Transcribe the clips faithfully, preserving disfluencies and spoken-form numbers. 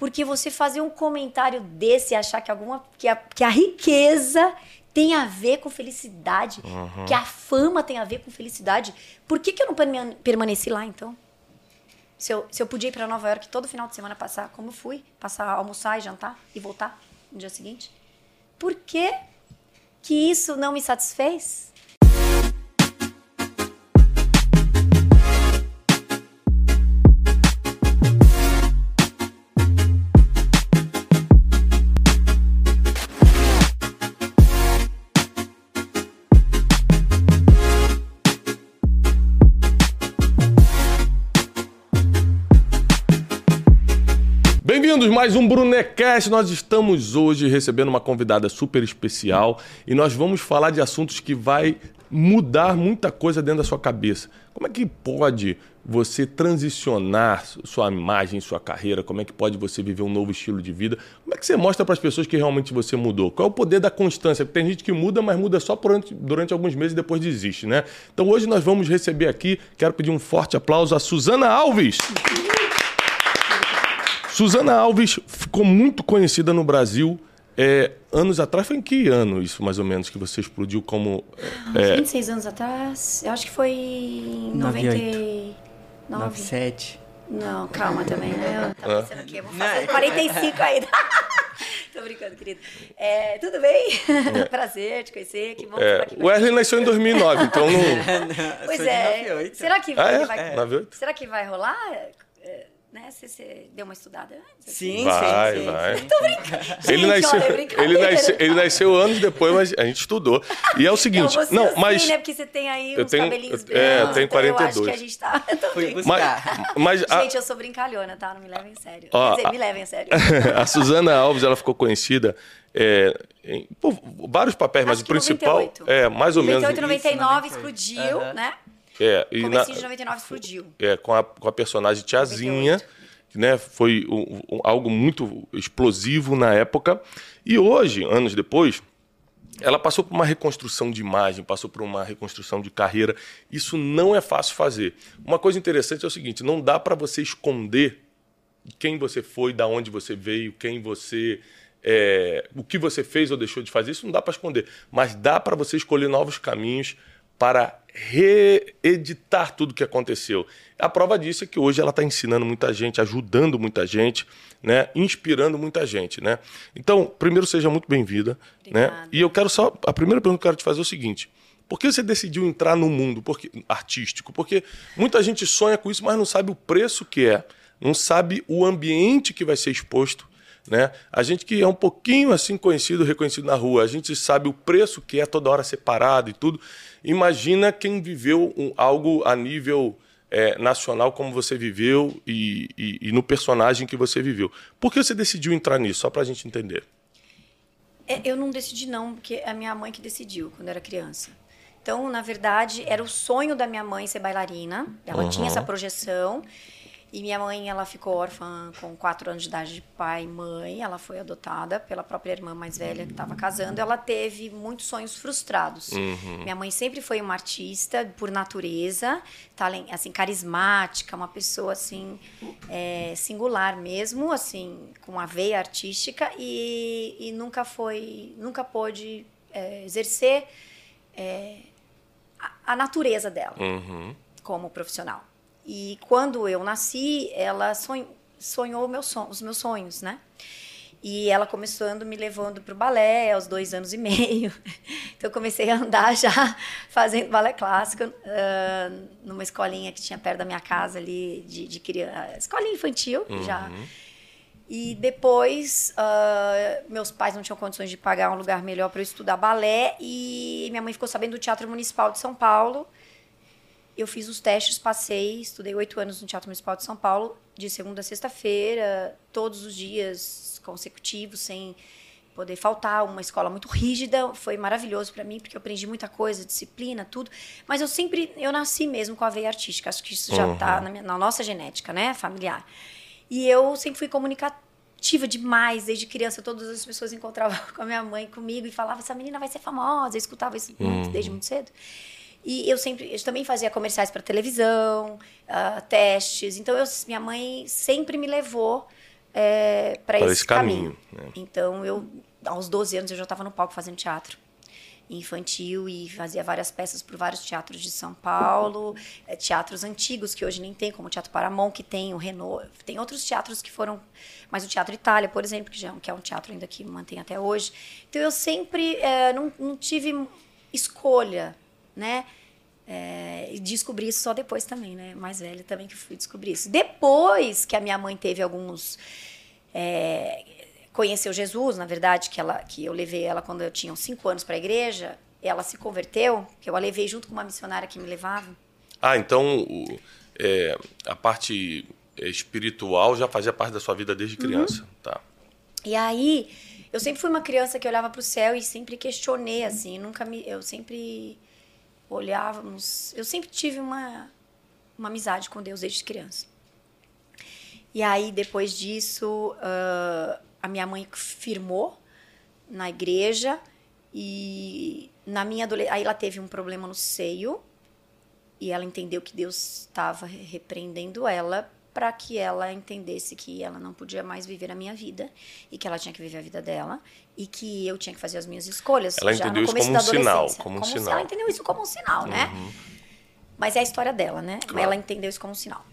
Porque você fazer um comentário desse e achar que, alguma, que, a, que a riqueza tem a ver com felicidade, uhum. que a fama tem a ver com felicidade, por que, que eu não permaneci lá, então? Se eu, se eu podia ir para Nova York todo final de semana passar, como eu fui, passar, almoçar e jantar e voltar no dia seguinte, por que que isso não me satisfez? Bem-vindos a mais um Brunecast. Nós estamos hoje recebendo uma convidada super especial e nós vamos falar de assuntos que vai mudar muita coisa dentro da sua cabeça. Como é que pode você transicionar sua imagem, sua carreira? Como é que pode você viver um novo estilo de vida? Como é que você mostra para as pessoas que realmente você mudou? Qual é o poder da constância? Porque tem gente que muda, mas muda só durante, durante alguns meses e depois desiste, né? Então hoje nós vamos receber aqui, quero pedir um forte aplauso a Suzana Alves. Suzana Alves ficou muito conhecida no Brasil é, anos atrás. Foi em que ano isso, mais ou menos, que você explodiu como... É... vinte e seis anos atrás. Eu acho que foi em noventa e nove. noventa e sete. Não, calma também, né? Eu tava pensando aqui, eu vou fazer quarenta e cinco ainda. Tô brincando, querido. É, tudo bem? É. Prazer te conhecer. Que bom que é. tá aqui. O Wesley nasceu em dois mil e nove, então não... Pois é. noventa e oito. Será que, ah, é? vai... É. noventa e oito? Será que vai rolar? Né? Você, você deu uma estudada antes? Sim, vai, sim, vai. sim. Tô brincando. Ele, Gente, nasceu, olha, ele, nasceu, ele nasceu anos depois, mas a gente estudou. E é o seguinte... Não, você não, assim, mas né? Porque você tem aí eu uns tenho, cabelinhos eu, é, brancos, eu tenho quarenta e dois. Então eu acho que a gente tá... Fui buscar. Mas, mas gente, a... eu sou brincalhona, tá? Não me levem a sério. Ó, Quer dizer, me levem a sério. A Suzana Alves, ela ficou conhecida é, em por vários papéis, mas acho o principal... noventa e oito. É, mais ou noventa e oito, menos... noventa e nove explodiu, uhum. né? É, e comecinho na, de noventa e nove explodiu. É, com a, com a personagem Tiazinha, né? Foi um, um, algo muito explosivo na época. E hoje, anos depois, ela passou por uma reconstrução de imagem, passou por uma reconstrução de carreira. Isso não é fácil fazer. Uma coisa interessante é o seguinte, não dá para você esconder quem você foi, da onde você veio, quem você... É, o que você fez ou deixou de fazer, isso não dá para esconder. Mas dá para você escolher novos caminhos para reeditar tudo o que aconteceu. A prova disso é que hoje ela está ensinando muita gente, ajudando muita gente, né? Inspirando muita gente, né? Então, primeiro, seja muito bem-vinda, né? E eu quero só... A primeira pergunta que eu quero te fazer é o seguinte: por que você decidiu entrar no mundo porque, artístico? Porque muita gente sonha com isso, mas não sabe o preço que é, não sabe o ambiente que vai ser exposto, né? A gente que é um pouquinho assim conhecido, reconhecido na rua, a gente sabe o preço que é toda hora separado e tudo. Imagina quem viveu um, algo a nível é, nacional como você viveu e, e, e no personagem que você viveu. Por que você decidiu entrar nisso? Só pra gente entender. É, eu não decidi não, porque é a minha mãe que decidiu quando eu era criança. Então, na verdade, era o sonho da minha mãe ser bailarina. Ela uhum. tinha essa projeção. E minha mãe, ela ficou órfã com quatro anos de idade de pai e mãe. Ela foi adotada pela própria irmã mais velha que estava casando. Ela teve muitos sonhos frustrados. Uhum. Minha mãe sempre foi uma artista por natureza, assim, carismática, uma pessoa assim, é, singular mesmo, assim, com uma veia artística e, e nunca foi, nunca pôde é, exercer é, a, a natureza dela uhum. como profissional. E quando eu nasci, ela sonhou, sonhou meus son- os meus sonhos, né? E ela começando me levando para o balé aos dois anos e meio. Então, eu comecei a andar já fazendo balé clássico uh, numa escolinha que tinha perto da minha casa ali, de, de criança, escolinha infantil uhum. já. E depois, uh, meus pais não tinham condições de pagar um lugar melhor para eu estudar balé e minha mãe ficou sabendo do Teatro Municipal de São Paulo. Eu fiz os testes, passei, estudei oito anos no Teatro Municipal de São Paulo, de segunda a sexta-feira, todos os dias consecutivos, sem poder faltar, uma escola muito rígida, foi maravilhoso para mim, porque eu aprendi muita coisa, disciplina, tudo, mas eu sempre, eu nasci mesmo com a veia artística, acho que isso já está uhum. na, na nossa genética, né, familiar. E eu sempre fui comunicativa demais, desde criança, todas as pessoas encontravam com a minha mãe, comigo, e falavam, essa menina vai ser famosa, eu escutava isso uhum. muito, desde muito cedo. E eu sempre, eu também fazia comerciais para televisão, uh, testes. Então, eu, minha mãe sempre me levou é, para esse, esse caminho. caminho. Né? Então, eu, aos doze anos, eu já estava no palco fazendo teatro infantil e fazia várias peças por vários teatros de São Paulo, é, teatros antigos que hoje nem tem, como o Teatro Paramount, que tem o Renault, tem outros teatros que foram, mas o Teatro Itália, por exemplo, que, já, que é um teatro ainda que mantém até hoje. Então eu sempre é, não, não tive escolha, né? É, e descobri isso só depois também, né? Mais velha também que fui descobrir isso. Depois que a minha mãe teve alguns... É, conheceu Jesus, na verdade, que, ela, que eu levei ela quando eu tinha uns cinco anos para a igreja, ela se converteu, que eu a levei junto com uma missionária que me levava. Ah, então o, é, a parte espiritual já fazia parte da sua vida desde criança. Uhum. Tá. E aí, eu sempre fui uma criança que olhava para o céu e sempre questionei, assim, nunca me, eu sempre olhávamos, eu sempre tive uma, uma amizade com Deus desde criança. E aí, depois disso... Uh, a minha mãe firmou na igreja e na minha adolescência, aí ela teve um problema no seio e ela entendeu que Deus estava repreendendo ela para que ela entendesse que ela não podia mais viver a minha vida e que ela tinha que viver a vida dela e que eu tinha que fazer as minhas escolhas. Ela já entendeu no isso começo como um da sinal, como, como um como sinal. Ela entendeu isso como um sinal, né? Uhum. Mas é a história dela, né? Claro. Ela entendeu isso como um sinal.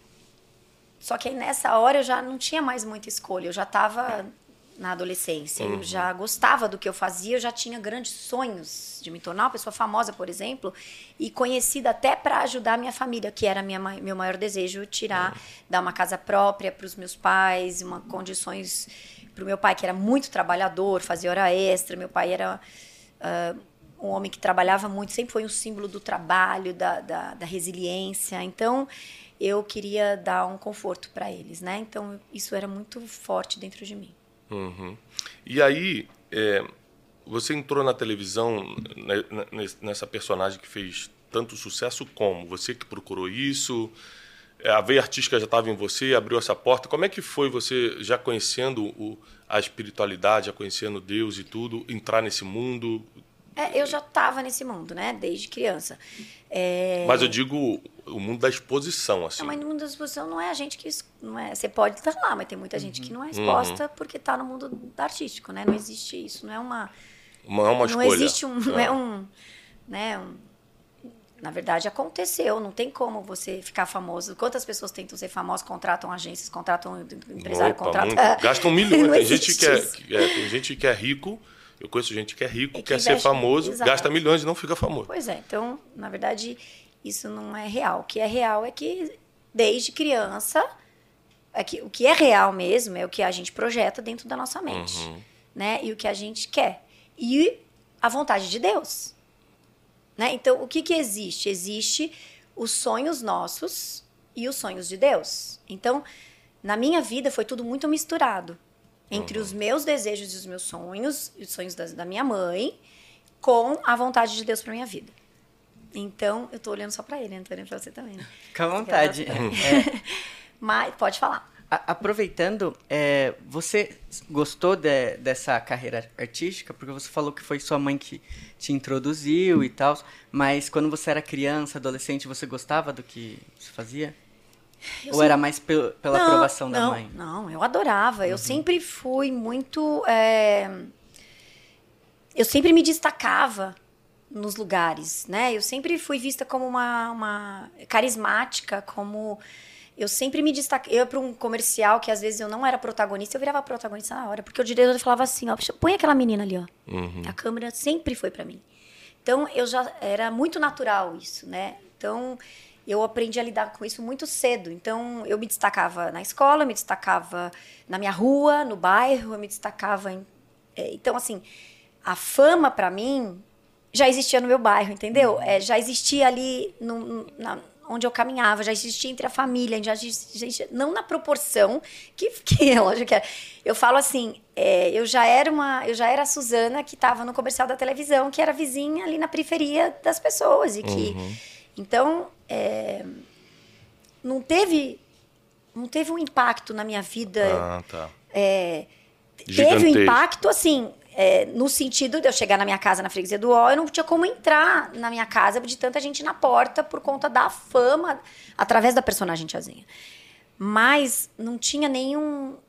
Só que aí nessa hora eu já não tinha mais muita escolha, eu já estava na adolescência, uhum. eu já gostava do que eu fazia, eu já tinha grandes sonhos de me tornar uma pessoa famosa, por exemplo, e conhecida até para ajudar a minha família, que era minha, meu maior desejo, tirar, uhum. dar uma casa própria para os meus pais, uma condições para o meu pai, que era muito trabalhador, fazia hora extra, meu pai era uh, um homem que trabalhava muito, sempre foi um símbolo do trabalho, da, da, da resiliência, então eu queria dar um conforto para eles, né? Então isso era muito forte dentro de mim. Uhum. E aí, é, você entrou na televisão né, nessa personagem que fez tanto sucesso como? Você que procurou isso? A veia artística já estava em você, abriu essa porta. Como é que foi você, já conhecendo o, a espiritualidade, já conhecendo Deus e tudo, entrar nesse mundo? É, eu já estava nesse mundo, né? Desde criança. É... Mas eu digo o mundo da exposição, assim. Não, mas no mundo da exposição não é a gente que... Não é, você pode estar lá, mas tem muita uhum. gente que não é exposta uhum. porque está no mundo artístico, né? Não existe isso, não é uma... Não é uma escolha. Não existe um... Não é, é um, né, um... Na verdade, aconteceu. Não tem como você ficar famoso. Quantas pessoas tentam ser famosas, contratam agências, contratam empresário, Opa, contratam... Muito. Gastam milhões. Tem gente, que é, que é, tem gente que é rico... Eu conheço gente que é rico, é que quer investe, ser famoso, exatamente. Gasta milhões e não fica famoso. Pois é, então, na verdade, isso não é real. O que é real é que, desde criança, é que, o que é real mesmo é o que a gente projeta dentro da nossa mente. Uhum. Né? E o que a gente quer. E a vontade de Deus. Né? Então, o que, que existe? Existe os sonhos nossos e os sonhos de Deus. Então, na minha vida, foi tudo muito misturado. Entre uhum. os meus desejos e os meus sonhos, e os sonhos da, da minha mãe, com a vontade de Deus para minha vida. Então, eu tô olhando só para ele, não tô olhando para você também, né? Fica à vontade. É. Mas, pode falar. A, aproveitando, é, você gostou de, dessa carreira artística? Porque você falou que foi sua mãe que te introduziu e tal, mas quando você era criança, adolescente, você gostava do que você fazia? Eu Ou sempre... era mais pe- pela não, aprovação da não, mãe? Não, eu adorava. Uhum. Eu sempre fui muito... É... Eu sempre me destacava nos lugares, né? Eu sempre fui vista como uma, uma carismática, como... Eu sempre me destaquei. Eu ia para um comercial que às vezes eu não era protagonista, eu virava protagonista na hora. Porque o diretor falava assim, ó, põe aquela menina ali, ó. Uhum. A câmera sempre foi para mim. Então, eu já... Era muito natural isso, né? Então... Eu aprendi a lidar com isso muito cedo. Então, eu me destacava na escola, me destacava na minha rua, no bairro, eu me destacava em... Então, assim, a fama, para mim, já existia no meu bairro, entendeu? Uhum. É, já existia ali no, na, onde eu caminhava, já existia entre a família, já existia, não na proporção que, que é lógico que é. Eu falo assim, é, eu já era uma, eu já era a Suzana que estava no comercial da televisão, que era vizinha ali na periferia das pessoas e que... Uhum. Então, é, não teve não teve um impacto na minha vida. Ah, tá. É, teve um impacto, assim, é, no sentido de eu chegar na minha casa na freguesia do Ó, eu não tinha como entrar na minha casa de tanta gente na porta por conta da fama, através da personagem Tiazinha. Mas não tinha nenhum...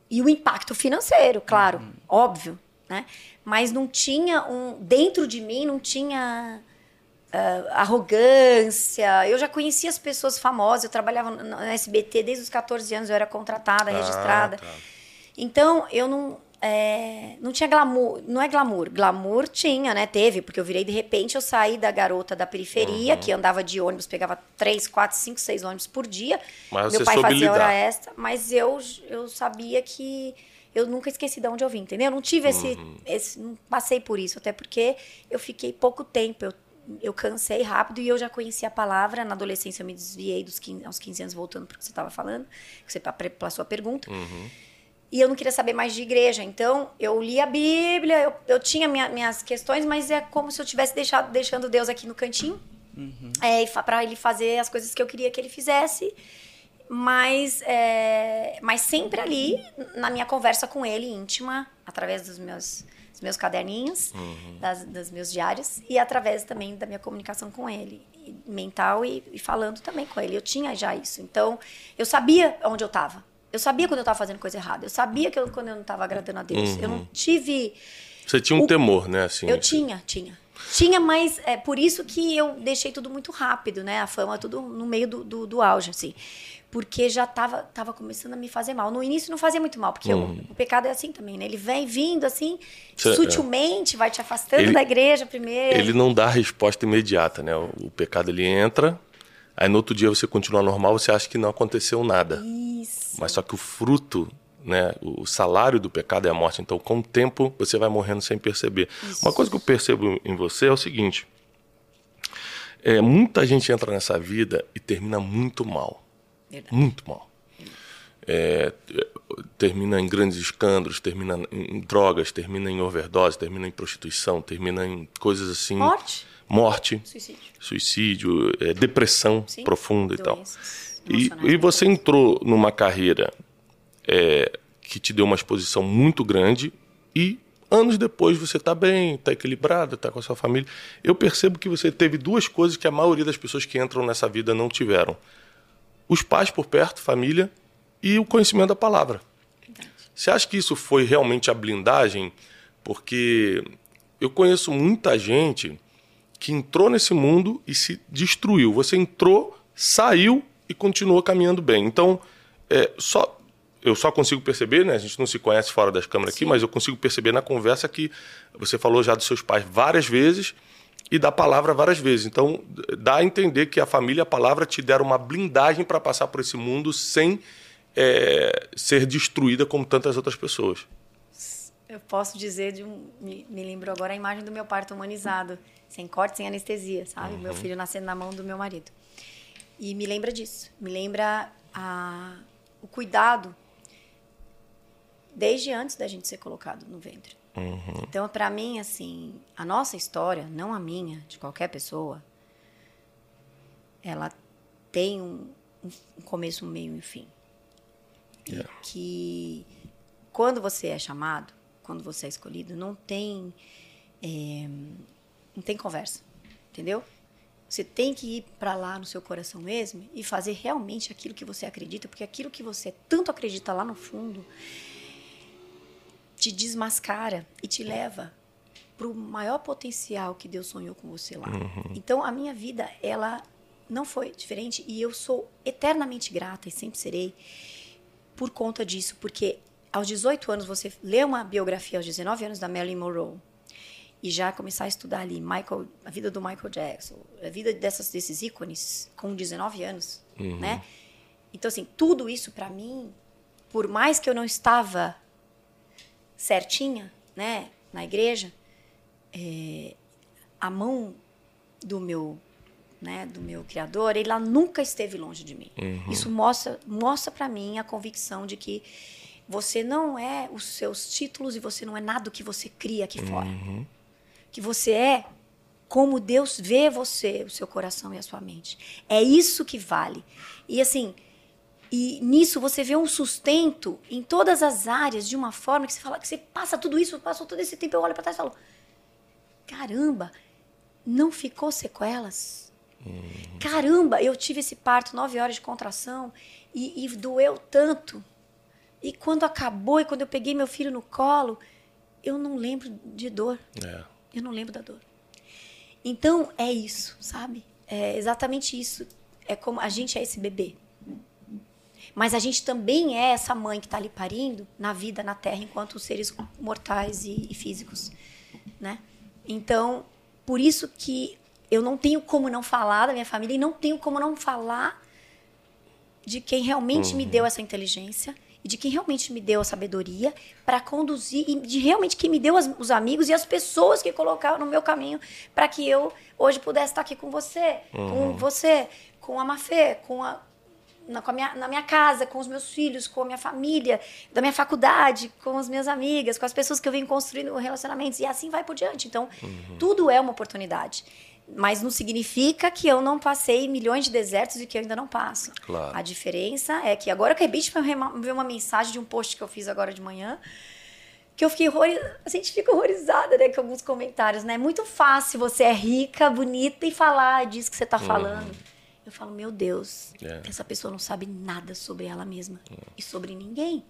E o impacto financeiro, claro, uhum. óbvio, né? Mas não tinha um... Dentro de mim não tinha uh, arrogância. Eu já conhecia as pessoas famosas, eu trabalhava no S B T desde os catorze anos, eu era contratada, ah, registrada. Tá. Então, eu não... É, não tinha glamour, não é glamour, glamour tinha, né, teve, porque eu virei, de repente, eu saí da garota da periferia, uhum. que andava de ônibus, pegava três, quatro, cinco, seis ônibus por dia, mas meu você pai soube fazia lidar. hora extra, mas eu, eu sabia que eu nunca esqueci de onde eu vim, entendeu? Eu não tive esse, uhum. esse, não passei por isso, até porque eu fiquei pouco tempo, eu, eu cansei rápido e eu já conhecia a palavra, na adolescência eu me desviei dos quinze, aos quinze anos, voltando para o que você estava falando, você, pela sua pergunta, uhum. E eu não queria saber mais de igreja. Então, eu li a Bíblia, eu, eu tinha minha, minhas questões, mas é como se eu tivesse deixado, deixando Deus aqui no cantinho. Uhum. É, para ele fazer as coisas que eu queria que ele fizesse. Mas, é, mas sempre ali, na minha conversa com ele, íntima, através dos meus, dos meus caderninhos, uhum. das, dos meus diários, e através também da minha comunicação com ele, mental e, e falando também com ele. Eu tinha já isso. Então, eu sabia onde eu estava. Eu sabia quando eu estava fazendo coisa errada. Eu sabia que eu, quando eu não estava agradando a Deus. Uhum. Eu não tive... Você tinha um o... temor, né? Assim, eu assim. tinha, tinha. Tinha, mas é por isso que eu deixei tudo muito rápido, né? A fama, tudo no meio do, do, do auge, assim. Porque já estava tava começando a me fazer mal. No início não fazia muito mal, porque uhum. o, o pecado é assim também, né? Ele vem vindo, assim, Cê, sutilmente, é. vai te afastando ele, da igreja primeiro. Ele não dá resposta imediata, né? O, o pecado, ele entra... Aí no outro dia você continua normal, você acha que não aconteceu nada. Isso. Mas só que o fruto, né, o salário do pecado é a morte. Então, com o tempo, você vai morrendo sem perceber. Isso. Uma coisa que eu percebo em você é o seguinte. É, muita gente entra nessa vida e termina muito mal. Verdade. Muito mal. É, termina em grandes escândalos, termina em drogas, termina em overdose, termina em prostituição, termina em coisas assim... Morte. Morte, suicídio, suicídio é, depressão Sim, profunda e tal. E, e você você entrou numa carreira é, que te deu uma exposição muito grande e anos depois você está bem, está equilibrado, está com a sua família. Eu percebo que você teve duas coisas que a maioria das pessoas que entram nessa vida não tiveram. Os pais por perto, família, e o conhecimento da palavra. Verdade. Você acha que isso foi realmente a blindagem? Porque eu conheço muita gente... que entrou nesse mundo e se destruiu. Você entrou, saiu e continuou caminhando bem. Então, é, só, eu só consigo perceber, né? A gente não se conhece fora das câmeras aqui, mas eu consigo perceber na conversa que você falou já dos seus pais várias vezes e da palavra várias vezes. Então, dá a entender que a família e a palavra te deram uma blindagem para passar por esse mundo sem é, ser destruída como tantas outras pessoas. Eu posso dizer, de um, me, me lembrou agora a imagem do meu parto humanizado. Sem corte, sem anestesia, sabe? Uhum. Meu filho nascendo na mão do meu marido. E me lembra disso. Me lembra a, o cuidado desde antes da gente ser colocado no ventre. Uhum. Então, para mim, assim, a nossa história, não a minha, de qualquer pessoa, ela tem um, um começo, um meio e um fim. Yeah. E que quando você é chamado, quando você é escolhido, não tem... É, não tem conversa, entendeu? Você tem que ir para lá no seu coração mesmo e fazer realmente aquilo que você acredita, porque aquilo que você tanto acredita lá no fundo te desmascara e te leva para o maior potencial que Deus sonhou com você lá. Uhum. Então, a minha vida, ela não foi diferente e eu sou eternamente grata e sempre serei por conta disso, porque aos dezoito anos, você lê uma biografia aos dezenove anos da Marilyn Monroe, e já começar a estudar ali Michael, a vida do Michael Jackson, a vida dessas, desses ícones com dezenove anos, uhum. né? Então, assim, tudo isso para mim, por mais que eu não estava certinha, né, na igreja, é, a mão do meu, né, do meu Criador, ele lá nunca esteve longe de mim. Uhum. Isso mostra, mostra para mim a convicção de que você não é os seus títulos e você não é nada do que você cria aqui fora. Uhum. Que você é como Deus vê você, o seu coração e a sua mente. É isso que vale. E assim, e nisso você vê um sustento em todas as áreas de uma forma que você fala, que você passa tudo isso, passou todo esse tempo, eu olho para trás e falo, caramba, não ficou sequelas? Uhum. Caramba, eu tive esse parto, nove horas de contração, e, e doeu tanto. E quando acabou, e quando eu peguei meu filho no colo, eu não lembro de dor. É. Eu não lembro da dor. Então, é isso, sabe? É exatamente isso. É como a gente é esse bebê. Mas a gente também é essa mãe que está ali parindo na vida, na Terra, enquanto seres mortais e, e físicos, né? Então, por isso que eu não tenho como não falar da minha família e não tenho como não falar de quem realmente uhum. me deu essa inteligência e de quem realmente me deu a sabedoria para conduzir e de realmente quem me deu as, os amigos e as pessoas que colocaram no meu caminho para que eu hoje pudesse estar aqui com você, uhum. com você, com a Mafê, com a Na, com a minha, na minha casa, com os meus filhos, com a minha família, da minha faculdade, com as minhas amigas, com as pessoas que eu venho construindo relacionamentos, e assim vai por diante. Então, uhum. tudo é uma oportunidade. Mas não significa que eu não passei milhões de desertos e que eu ainda não passo. Claro. A diferença é que agora eu acabei de ver uma mensagem de um post que eu fiz agora de manhã, que eu fiquei horrorizada. A gente fica horrorizada, né, com alguns comentários, né? É muito fácil, você é rica, bonita e falar disso que você está falando. Uhum. Eu falo, meu Deus, yeah. essa pessoa não sabe nada sobre ela mesma yeah. e sobre ninguém.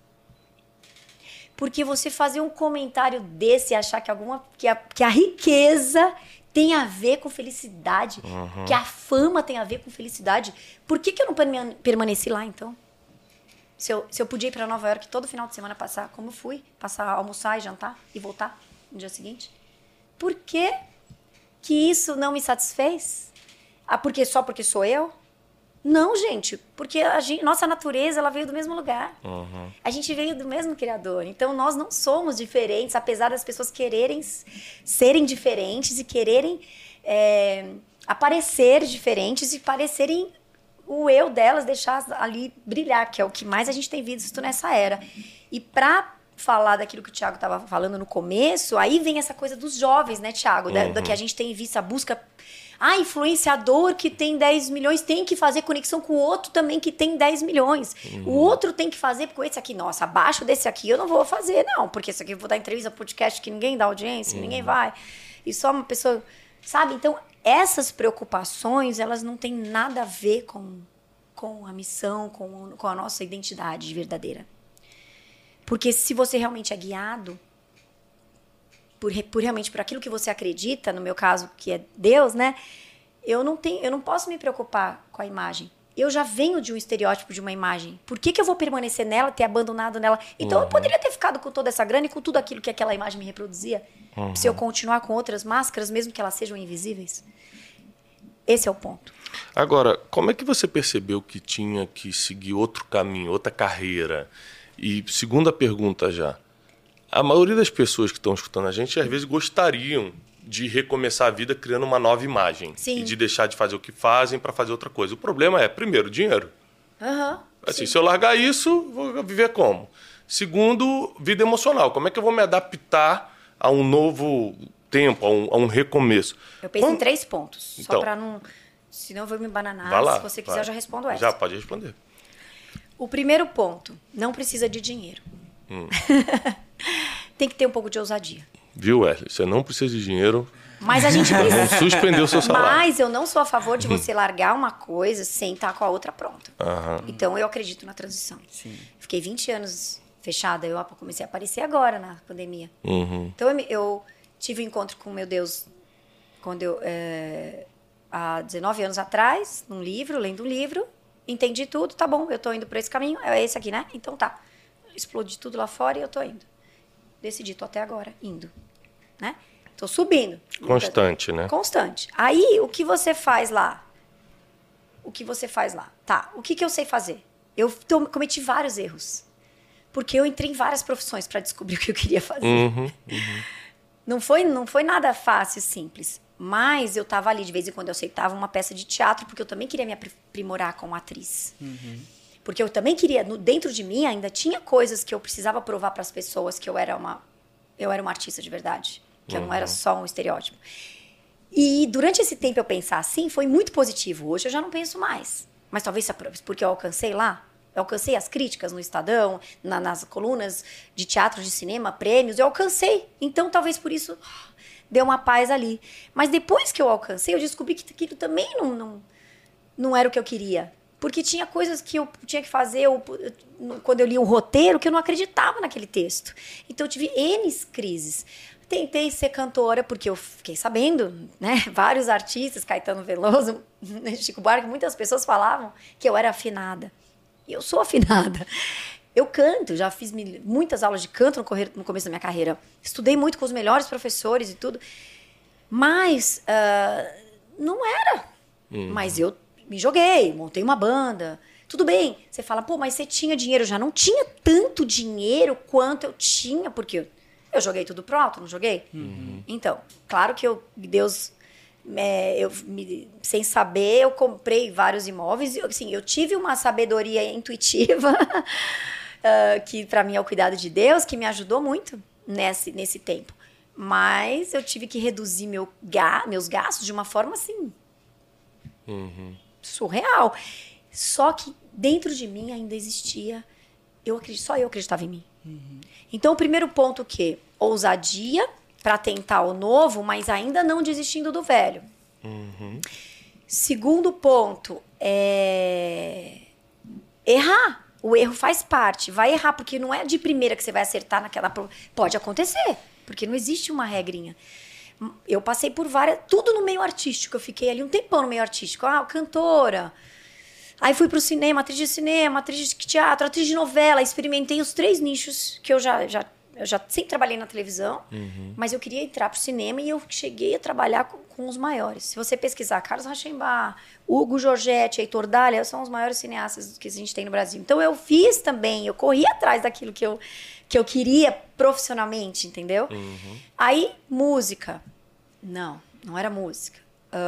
Porque você fazer um comentário desse e achar que, alguma, que, a, que a riqueza tem a ver com felicidade, uhum. que a fama tem a ver com felicidade, por que, que eu não permaneci lá, então? Se eu, se eu podia ir para Nova York todo final de semana passar, como eu fui, passar, almoçar e jantar e voltar no dia seguinte, por que que isso não me satisfez? Ah, porque só porque sou eu? Não, gente, porque a gente, nossa natureza ela veio do mesmo lugar. Uhum. A gente veio do mesmo Criador. Então, nós não somos diferentes, apesar das pessoas quererem serem diferentes e quererem é, aparecer diferentes e parecerem o eu delas, deixar ali brilhar, que é o que mais a gente tem visto nessa era. E para falar daquilo que o Thiago estava falando no começo, aí vem essa coisa dos jovens, né, Thiago? Uhum. Da, da que a gente tem visto, a busca... Ah, influenciador que tem dez milhões tem que fazer conexão com o outro também que tem dez milhões. Uhum. O outro tem que fazer com esse aqui. Nossa, abaixo desse aqui eu não vou fazer, não. Porque esse aqui eu vou dar entrevista, podcast que ninguém dá audiência, uhum. ninguém vai. E só uma pessoa... Sabe? Então, essas preocupações, elas não têm nada a ver com, com a missão, com, com a nossa identidade verdadeira. Porque se você realmente é guiado... Por, por realmente por aquilo que você acredita, no meu caso, que é Deus, né? Eu não tenho, eu não posso me preocupar com a imagem. Eu já venho de um estereótipo de uma imagem. Por que, que eu vou permanecer nela, ter abandonado nela? Então, uhum. eu poderia ter ficado com toda essa grana e com tudo aquilo que aquela imagem me reproduzia. Uhum. Se eu continuar com outras máscaras, mesmo que elas sejam invisíveis. Esse é o ponto. Agora, como é que você percebeu que tinha que seguir outro caminho, outra carreira? E segunda pergunta já. A maioria das pessoas que estão escutando a gente, às vezes, gostariam de recomeçar a vida criando uma nova imagem. Sim. E de deixar de fazer o que fazem para fazer outra coisa. O problema é, primeiro, dinheiro. Uhum, assim, se eu largar isso, vou viver como? Segundo, vida emocional. Como é que eu vou me adaptar a um novo tempo, a um, a um recomeço? Eu penso Quando... em três pontos. Então, só para não... Senão eu vou me bananar. Vai lá, se você quiser, vai. eu já respondo essa. Já, pode responder. O primeiro ponto, não precisa de dinheiro. Hum. Tem que ter um pouco de ousadia. Viu, Wesley? Você não precisa de dinheiro. Mas a gente precisa. Não suspendeu o seu salário. Mas eu não sou a favor de você largar uma coisa sem estar com a outra pronta. Uhum. Então eu acredito na transição. Sim. Fiquei vinte anos fechada, eu comecei a aparecer agora na pandemia. Uhum. Então eu, eu tive um encontro com meu Deus quando eu é, há dezenove anos atrás, num livro, lendo um livro, entendi tudo, tá bom, eu tô indo por esse caminho, é esse aqui, né? Então tá. Explodi tudo lá fora e eu tô indo. Decidi, tô até agora indo, né? Tô subindo. Constante, né? Constante. Aí, o que você faz lá? O que você faz lá? Tá, o que, que eu sei fazer? Eu tô, cometi vários erros. Porque eu entrei em várias profissões para descobrir o que eu queria fazer. Uhum, uhum. Não foi, não foi nada fácil e simples. Mas eu tava ali, de vez em quando eu aceitava uma peça de teatro, porque eu também queria me aprimorar como atriz. Uhum. Porque eu também queria, dentro de mim ainda tinha coisas que eu precisava provar para as pessoas que eu era uma, eu era uma artista de verdade. Que uhum. eu não era só um estereótipo. E durante esse tempo eu pensar assim foi muito positivo. Hoje eu já não penso mais. Mas talvez porque eu alcancei lá. Eu alcancei as críticas no Estadão, na, nas colunas de teatro, de cinema, prêmios. Eu alcancei. Então talvez por isso deu uma paz ali. Mas depois que eu alcancei, eu descobri que aquilo também não, não, não era o que eu queria. Porque tinha coisas que eu tinha que fazer eu, quando eu li um roteiro que eu não acreditava naquele texto. Então eu tive N crises. Tentei ser cantora, porque eu fiquei sabendo, né? Vários artistas, Caetano Veloso, Chico Buarque, muitas pessoas falavam que eu era afinada. E eu sou afinada. Eu canto, já fiz mil, muitas aulas de canto no, correr, no começo da minha carreira. Estudei muito com os melhores professores e tudo. Mas uh, não era. Uhum. Mas eu me joguei, montei uma banda. Tudo bem. Você fala, pô, mas você tinha dinheiro. Eu já não tinha tanto dinheiro quanto eu tinha, porque eu joguei tudo pro alto, não joguei? Uhum. Então, claro que eu, Deus, é, eu, me, sem saber, eu comprei vários imóveis. Assim, eu tive uma sabedoria intuitiva, uh, que para mim é o cuidado de Deus, que me ajudou muito nesse, nesse tempo. Mas eu tive que reduzir meu, meus gastos de uma forma assim, uhum. surreal. Só que dentro de mim ainda existia, eu acredito, só eu acreditava em mim. Uhum. Então, o primeiro ponto o quê? Ousadia para tentar o novo, mas ainda não desistindo do velho. Uhum. Segundo ponto, é errar. O erro faz parte. Vai errar, porque não é de primeira que você vai acertar naquela... Pode acontecer, porque não existe uma regrinha. Eu passei por várias... Tudo no meio artístico. Eu fiquei ali um tempão no meio artístico. Ah, cantora... Aí fui pro cinema, atriz de cinema, atriz de teatro, atriz de novela. Experimentei os três nichos que eu já, já, eu já sempre trabalhei na televisão. Uhum. Mas eu queria entrar pro cinema e eu cheguei a trabalhar com, com os maiores. Se você pesquisar, Carlos Rauschenbach, Hugo Giorgetti, Heitor Dália, são os maiores cineastas que a gente tem no Brasil. Então eu fiz também, eu corri atrás daquilo que eu, que eu queria profissionalmente, entendeu? Uhum. Aí, música. Não, não era música.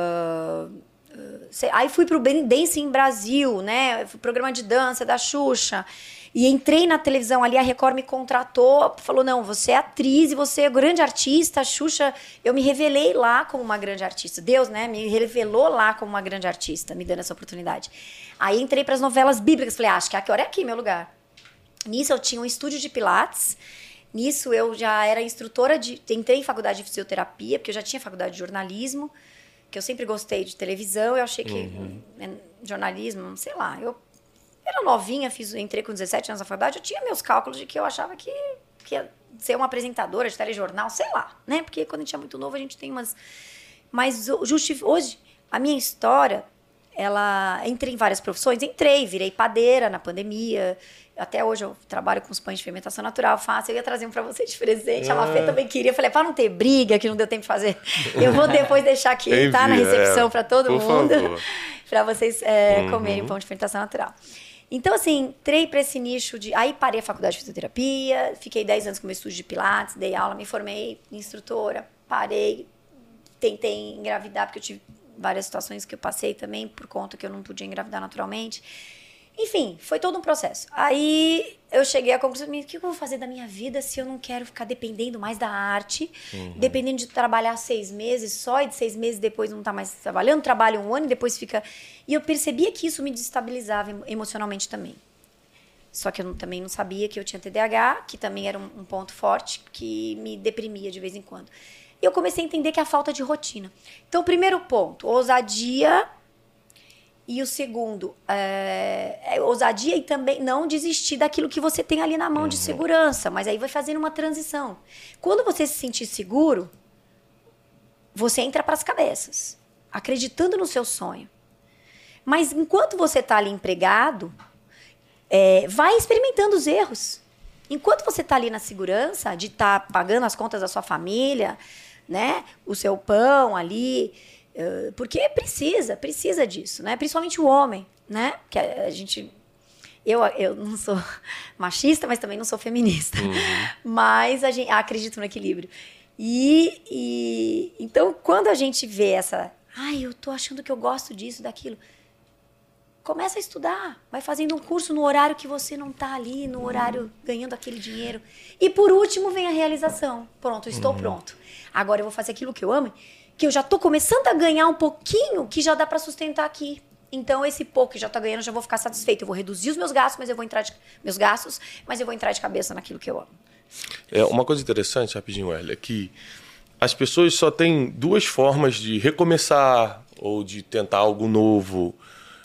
Uh, Aí fui pro Dancing Brasil, né? Programa de dança da Xuxa. E entrei na televisão ali, a Record me contratou, falou, não, você é atriz e você é grande artista, a Xuxa... Eu me revelei lá como uma grande artista. Deus, né? Me revelou lá como uma grande artista, me dando essa oportunidade. Aí entrei pras novelas bíblicas, falei, ah, acho que agora é aqui meu lugar. Nisso eu tinha um estúdio de pilates, nisso eu já era instrutora de... Entrei em faculdade de fisioterapia, porque eu já tinha faculdade de jornalismo, que eu sempre gostei de televisão, eu achei que uhum. né, jornalismo, sei lá, eu era novinha, fiz, entrei com dezessete anos na faculdade, eu tinha meus cálculos de que eu achava que, que ia ser uma apresentadora de telejornal, sei lá, né? Porque quando a gente é muito novo, a gente tem umas... Mas justi... hoje, a minha história, ela... Entrei em várias profissões, entrei, virei padeira na pandemia, até hoje eu trabalho com os pães de fermentação natural, faço, eu ia trazer um pra você de presente, ah. a Mafê também queria, eu falei, para não ter briga, que não deu tempo de fazer, eu vou depois deixar aqui, Envia, tá, na recepção é, para todo mundo, para vocês é, uhum. comerem pão de fermentação natural. Então, assim, entrei para esse nicho de... Aí parei a faculdade de fisioterapia, fiquei dez anos com meu estúdio de pilates, dei aula, me formei instrutora, parei, tentei engravidar, porque eu tive várias situações que eu passei também, por conta que eu não podia engravidar naturalmente. Enfim, foi todo um processo. Aí eu cheguei à conclusão, o que eu vou fazer da minha vida se eu não quero ficar dependendo mais da arte, uhum. dependendo de trabalhar seis meses só e de seis meses depois não estar tá mais trabalhando, trabalho um ano e depois fica... E eu percebia que isso me desestabilizava emocionalmente também. Só que eu não, também não sabia que eu tinha T D A H, que também era um, um ponto forte, que me deprimia de vez em quando. E eu comecei a entender que é a falta de rotina. Então, o primeiro ponto, ousadia... E o segundo, é, é ousadia e também não desistir daquilo que você tem ali na mão uhum. de segurança. Mas aí vai fazendo uma transição. Quando você se sentir seguro, você entra para as cabeças, acreditando no seu sonho. Mas enquanto você está ali empregado, é, vai experimentando os erros. Enquanto você está ali na segurança de estar tá pagando as contas da sua família, né, o seu pão ali... Porque precisa, precisa disso, né? Principalmente o homem, né? Que a, a gente... Eu, eu não sou machista, mas também não sou feminista. Uhum. Mas a gente acredito no equilíbrio. E, e... Então, quando a gente vê essa... Ai, eu tô achando que eu gosto disso, daquilo. Começa a estudar. Vai fazendo um curso no horário que você não tá ali, no horário ganhando aquele dinheiro. E, por último, vem a realização. Pronto, eu estou uhum. pronto. Agora eu vou fazer aquilo que eu amo... que eu já tô começando a ganhar um pouquinho que já dá para sustentar aqui. Então, esse pouco que já tô ganhando, eu já vou ficar satisfeito. Eu vou reduzir os meus gastos, mas eu vou entrar de, meus gastos, mas eu vou entrar de cabeça naquilo que eu amo. É, uma coisa interessante, rapidinho, Erlia, é que as pessoas só têm duas formas de recomeçar ou de tentar algo novo.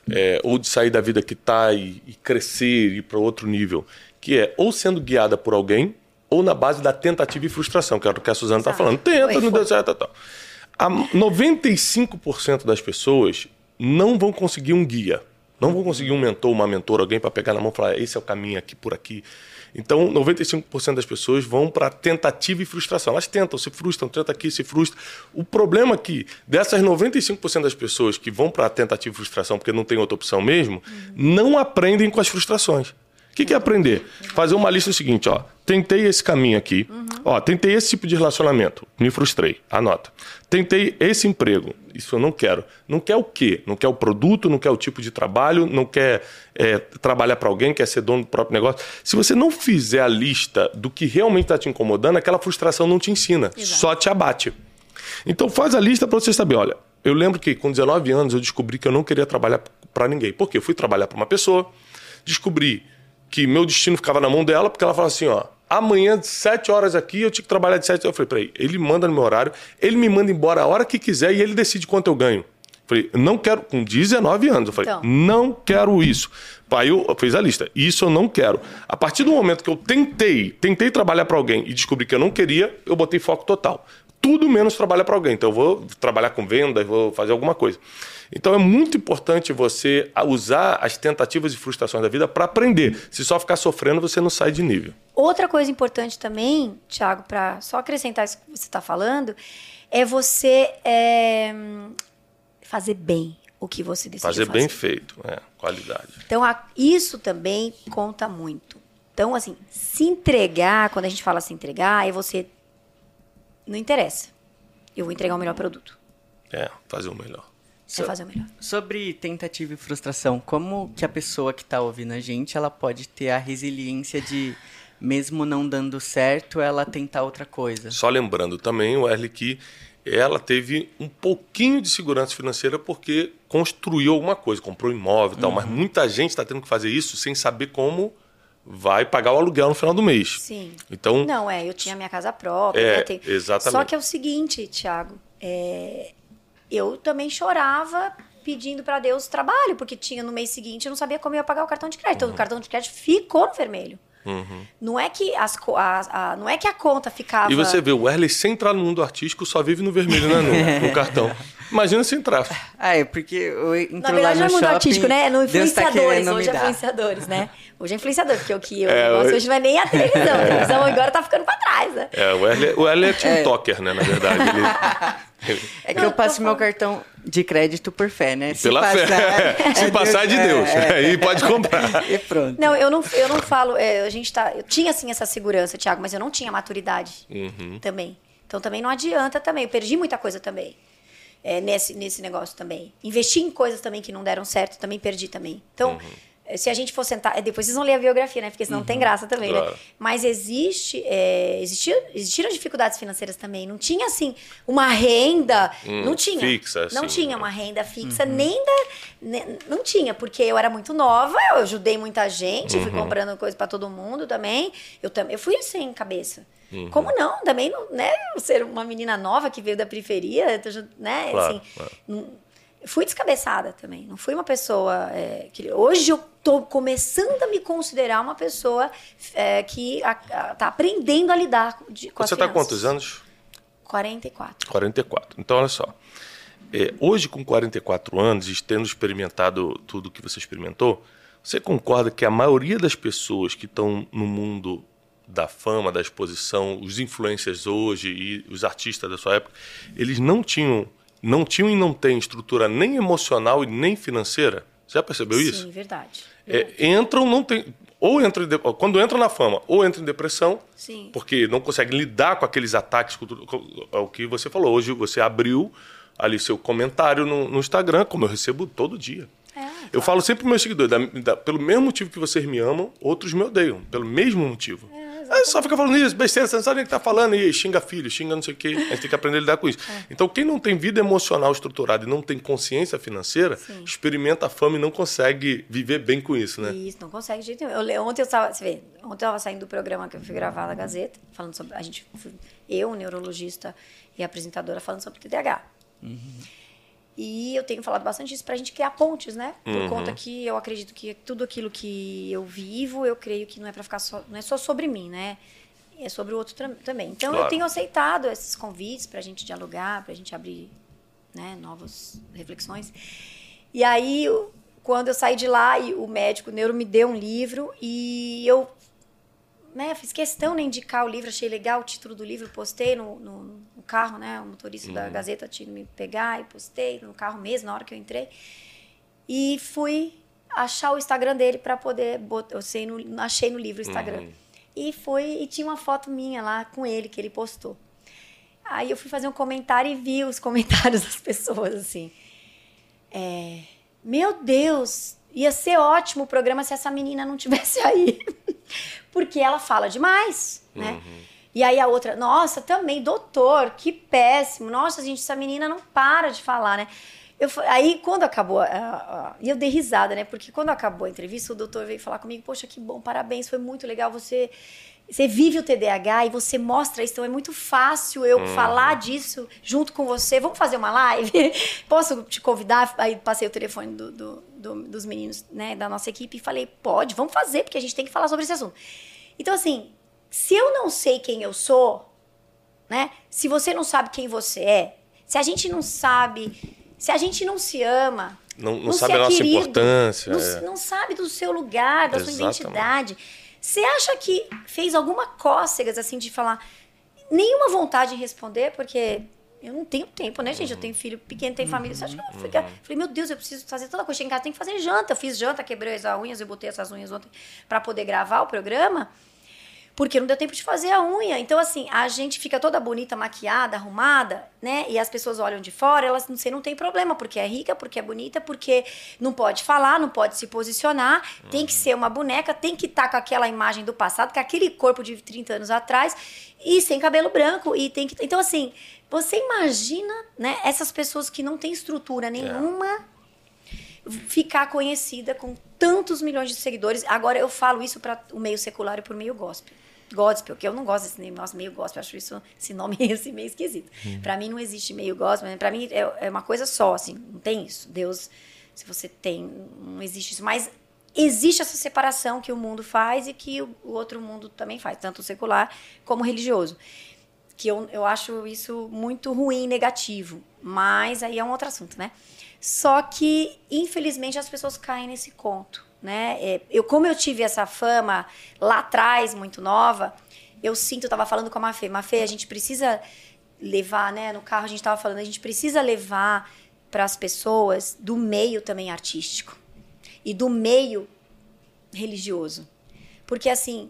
é, ou de sair da vida que está e, e crescer, ir para outro nível, que é ou sendo guiada por alguém, ou na base da tentativa e frustração, que é o que a Suzana está falando. Tenta, não deu certo, tal. A noventa e cinco por cento das pessoas não vão conseguir um guia, não vão conseguir um mentor, uma mentora, alguém para pegar na mão e falar, esse é o caminho aqui, por aqui. Então, noventa e cinco por cento das pessoas vão para tentativa e frustração. Elas tentam, se frustram, tentam aqui, se frustram. O problema é que dessas noventa e cinco por cento das pessoas que vão para tentativa e frustração, porque não tem outra opção mesmo, uhum. não aprendem com as frustrações. O que, que é aprender? Fazer uma lista seguinte, ó. Tentei esse caminho aqui, uhum. ó, tentei esse tipo de relacionamento, me frustrei, anota. Tentei esse emprego, isso eu não quero. Não quer o quê? Não quer o produto, não quer o tipo de trabalho, não quer é, trabalhar para alguém, quer ser dono do próprio negócio. Se você não fizer a lista do que realmente está te incomodando, aquela frustração não te ensina, Exato. Só te abate. Então faz a lista para você saber, olha, eu lembro que com dezenove anos eu descobri que eu não queria trabalhar para ninguém. Por quê? Eu fui trabalhar para uma pessoa, descobri que meu destino ficava na mão dela, porque ela falava assim, ó, amanhã, de sete horas aqui, eu tinha que trabalhar de sete. Eu falei, peraí, ele manda no meu horário, ele me manda embora a hora que quiser e ele decide quanto eu ganho. Eu falei, não quero, com dezenove anos, eu falei, então. não quero isso. Aí eu fiz a lista, isso eu não quero. A partir do momento que eu tentei, tentei trabalhar para alguém e descobri que eu não queria, eu botei foco total. Tudo menos trabalhar para alguém. Então eu vou trabalhar com venda, vou fazer alguma coisa. Então é muito importante você usar as tentativas e frustrações da vida para aprender. Se só ficar sofrendo, você não sai de nível. Outra coisa importante também, Thiago, para só acrescentar isso que você está falando, é você é, fazer bem o que você decidiu fazer. Fazer bem feito, é, qualidade. Então a, isso também conta muito. Então, assim, se entregar, quando a gente fala se entregar, é você... Não interessa. Eu vou entregar o melhor produto. É, fazer o melhor. É fazer o melhor. Sobre tentativa e frustração, como que a pessoa que está ouvindo a gente, ela pode ter a resiliência de, mesmo não dando certo, ela tentar outra coisa? Só lembrando também, Werley, que ela teve um pouquinho de segurança financeira porque construiu alguma coisa, comprou imóvel e tal, uhum. mas muita gente está tendo que fazer isso sem saber como vai pagar o aluguel no final do mês. Sim. Então, não, é, eu tinha minha casa própria. É, né, tem... exatamente. Só que é o seguinte, Thiago, é... eu também chorava pedindo para Deus trabalho, porque tinha no mês seguinte, eu não sabia como eu ia pagar o cartão de crédito. Uhum. Então, o cartão de crédito ficou no vermelho. Uhum. Não, é que as, a, a, não é que a conta ficava... E você vê, o Werley, sem entrar no mundo artístico, só vive no vermelho, né, no, no cartão. Imagina se entrar. Ah, é porque eu entro Na verdade, lá no não é mundo shopping, artístico, né? No influenciadores. Tá hoje é dar. influenciadores, né? Hoje é influenciador, porque o que eu é, gosto hoje... hoje não é nem a televisão. A televisão agora tá ficando pra trás, né? É, o Werley, o Werley é TikToker, é. né, na verdade. Ele... É que não, eu passo meu cartão de crédito por fé, né? Se Pela passar, fé. É Se passar Deus, é de Deus. É. Aí pode comprar. E pronto. Não, eu não, eu não falo... É, a gente tá, eu tinha, assim, essa segurança, Thiago, mas eu não tinha maturidade uhum. também. Então, também não adianta também. Eu perdi muita coisa também. É, nesse, nesse negócio também. Investi em coisas também que não deram certo, também perdi também. Então, uhum. se a gente for sentar... Depois vocês vão ler a biografia, né? Porque senão uhum. não tem graça também, claro. né? Mas existe... É, existiu, existiram dificuldades financeiras também. Não tinha, assim, uma renda... Hum, não tinha. Fixa, Não assim, tinha né? uma renda fixa, uhum. nem da... Nem, não tinha, porque eu era muito nova, eu ajudei muita gente, uhum. fui comprando coisa pra todo mundo também. Eu, eu fui sem cabeça. Uhum. Como não? Também, não, né? Ser uma menina nova que veio da periferia, né? Claro, assim, claro. Não, fui descabeçada também. Não fui uma pessoa... É, que, hoje eu tô começando a me considerar uma pessoa é, que a, a, tá aprendendo a lidar de, com Você as crianças. Você tá com quantos anos? quarenta e quatro. quarenta e quatro. Então, olha só. É, hoje, com quarenta e quatro anos, e tendo experimentado tudo que você experimentou, você concorda que a maioria das pessoas que estão no mundo da fama, da exposição, os influencers hoje e os artistas da sua época, eles não tinham, não tinham e não têm estrutura nem emocional e nem financeira? Você já percebeu Sim, isso? Sim, verdade. É, entram, não tem... Ou entram, quando entram na fama, ou entram em depressão, Sim. porque não conseguem lidar com aqueles ataques, é o que você falou. Hoje você abriu ali seu comentário no, no Instagram, como eu recebo todo dia. É, claro. Eu falo sempre para meus seguidores, da, da, pelo mesmo motivo que vocês me amam, outros me odeiam, pelo mesmo motivo. É. Aí só fica falando isso, besteira, você não sabe nem o que está falando, e xinga filho, xinga não sei o quê. A gente tem que aprender a lidar com isso. É. Então, quem não tem vida emocional estruturada e não tem consciência financeira, Sim. experimenta a fama e não consegue viver bem com isso, né? Isso, não consegue de jeito nenhum. Eu, ontem eu estava, você vê, ontem eu estava saindo do programa que eu fui gravar na Gazeta, falando sobre, a gente, eu, neurologista e apresentadora, falando sobre T D A H. Uhum. E eu tenho falado bastante isso pra gente criar pontes, né? Por Uhum. conta que eu acredito que tudo aquilo que eu vivo, eu creio que não é para ficar só, não é só sobre mim, né? É sobre o outro também. Então Claro. eu tenho aceitado esses convites pra gente dialogar, pra gente abrir, né, novas reflexões. E aí, quando eu saí de lá, o médico o neuro me deu um livro e eu, né, fiz questão de indicar o livro, achei legal o título do livro, postei no, no, no carro, né, o motorista uhum. da Gazeta tinha me pegar e postei no carro mesmo, na hora que eu entrei. E fui achar o Instagram dele para poder botar, eu sei no, achei no livro o Instagram. Uhum. E foi e tinha uma foto minha lá com ele que ele postou. Aí eu fui fazer um comentário e vi os comentários das pessoas assim. É, meu Deus, ia ser ótimo o programa se essa menina não tivesse aí. Porque ela fala demais, né? Uhum. E aí a outra, nossa, também, doutor, que péssimo. Nossa, gente, essa menina não para de falar, né? Eu, aí, quando acabou, uh, uh, e eu dei risada, né? Porque quando acabou a entrevista, o doutor veio falar comigo, poxa, que bom, parabéns, foi muito legal, você... Você vive o T D A H e você mostra isso, então é muito fácil eu uhum. falar disso junto com você. Vamos fazer uma live? Posso te convidar? Aí passei o telefone do, do, do, dos meninos, né, da nossa equipe e falei, pode, vamos fazer, porque a gente tem que falar sobre esse assunto. Então, assim, se eu não sei quem eu sou, né, se você não sabe quem você é, se a gente não sabe, se a gente não se ama, não, não, não sabe a nossa querido, importância, não, é. não sabe do seu lugar, da Exatamente. sua identidade... Você acha que fez alguma cócegas, assim, de falar... Nenhuma vontade de responder, porque eu não tenho tempo, né, gente? Eu tenho filho pequeno, tenho família. Você acha que eu vou ficar... Falei, meu Deus, eu preciso fazer toda a coisa. Cheguei em casa, tenho que fazer janta. Eu fiz janta, quebrei as unhas, eu botei essas unhas ontem para poder gravar o programa. Porque não deu tempo de fazer a unha. Então, assim, a gente fica toda bonita, maquiada, arrumada, né? E as pessoas olham de fora, elas você não tem problema, porque é rica, porque é bonita, porque não pode falar, não pode se posicionar, uhum. tem que ser uma boneca, tem que estar com aquela imagem do passado, com aquele corpo de trinta anos atrás, e sem cabelo branco. E tem que... Então, assim, você imagina, né, essas pessoas que não têm estrutura nenhuma... É. Ficar conhecida com tantos milhões de seguidores. Agora eu falo isso para o meio secular e para o meio gospel. Gospel, que eu não gosto desse negócio meio gospel, acho isso, esse nome esse meio esquisito. Hum. Para mim não existe meio gospel, para mim é, é uma coisa só, assim, não tem isso. Deus, se você tem, não existe isso. Mas existe essa separação que o mundo faz e que o, o outro mundo também faz, tanto o secular como o religioso. Que eu, eu acho isso muito ruim e negativo. Mas aí é um outro assunto, né? Só que, infelizmente, as pessoas caem nesse conto, né? É, eu, como eu tive essa fama lá atrás, muito nova, eu sinto, eu estava falando com a Mafê, Mafê, a gente precisa levar, né? No carro a gente estava falando, a gente precisa levar para as pessoas do meio também artístico e do meio religioso. Porque, assim,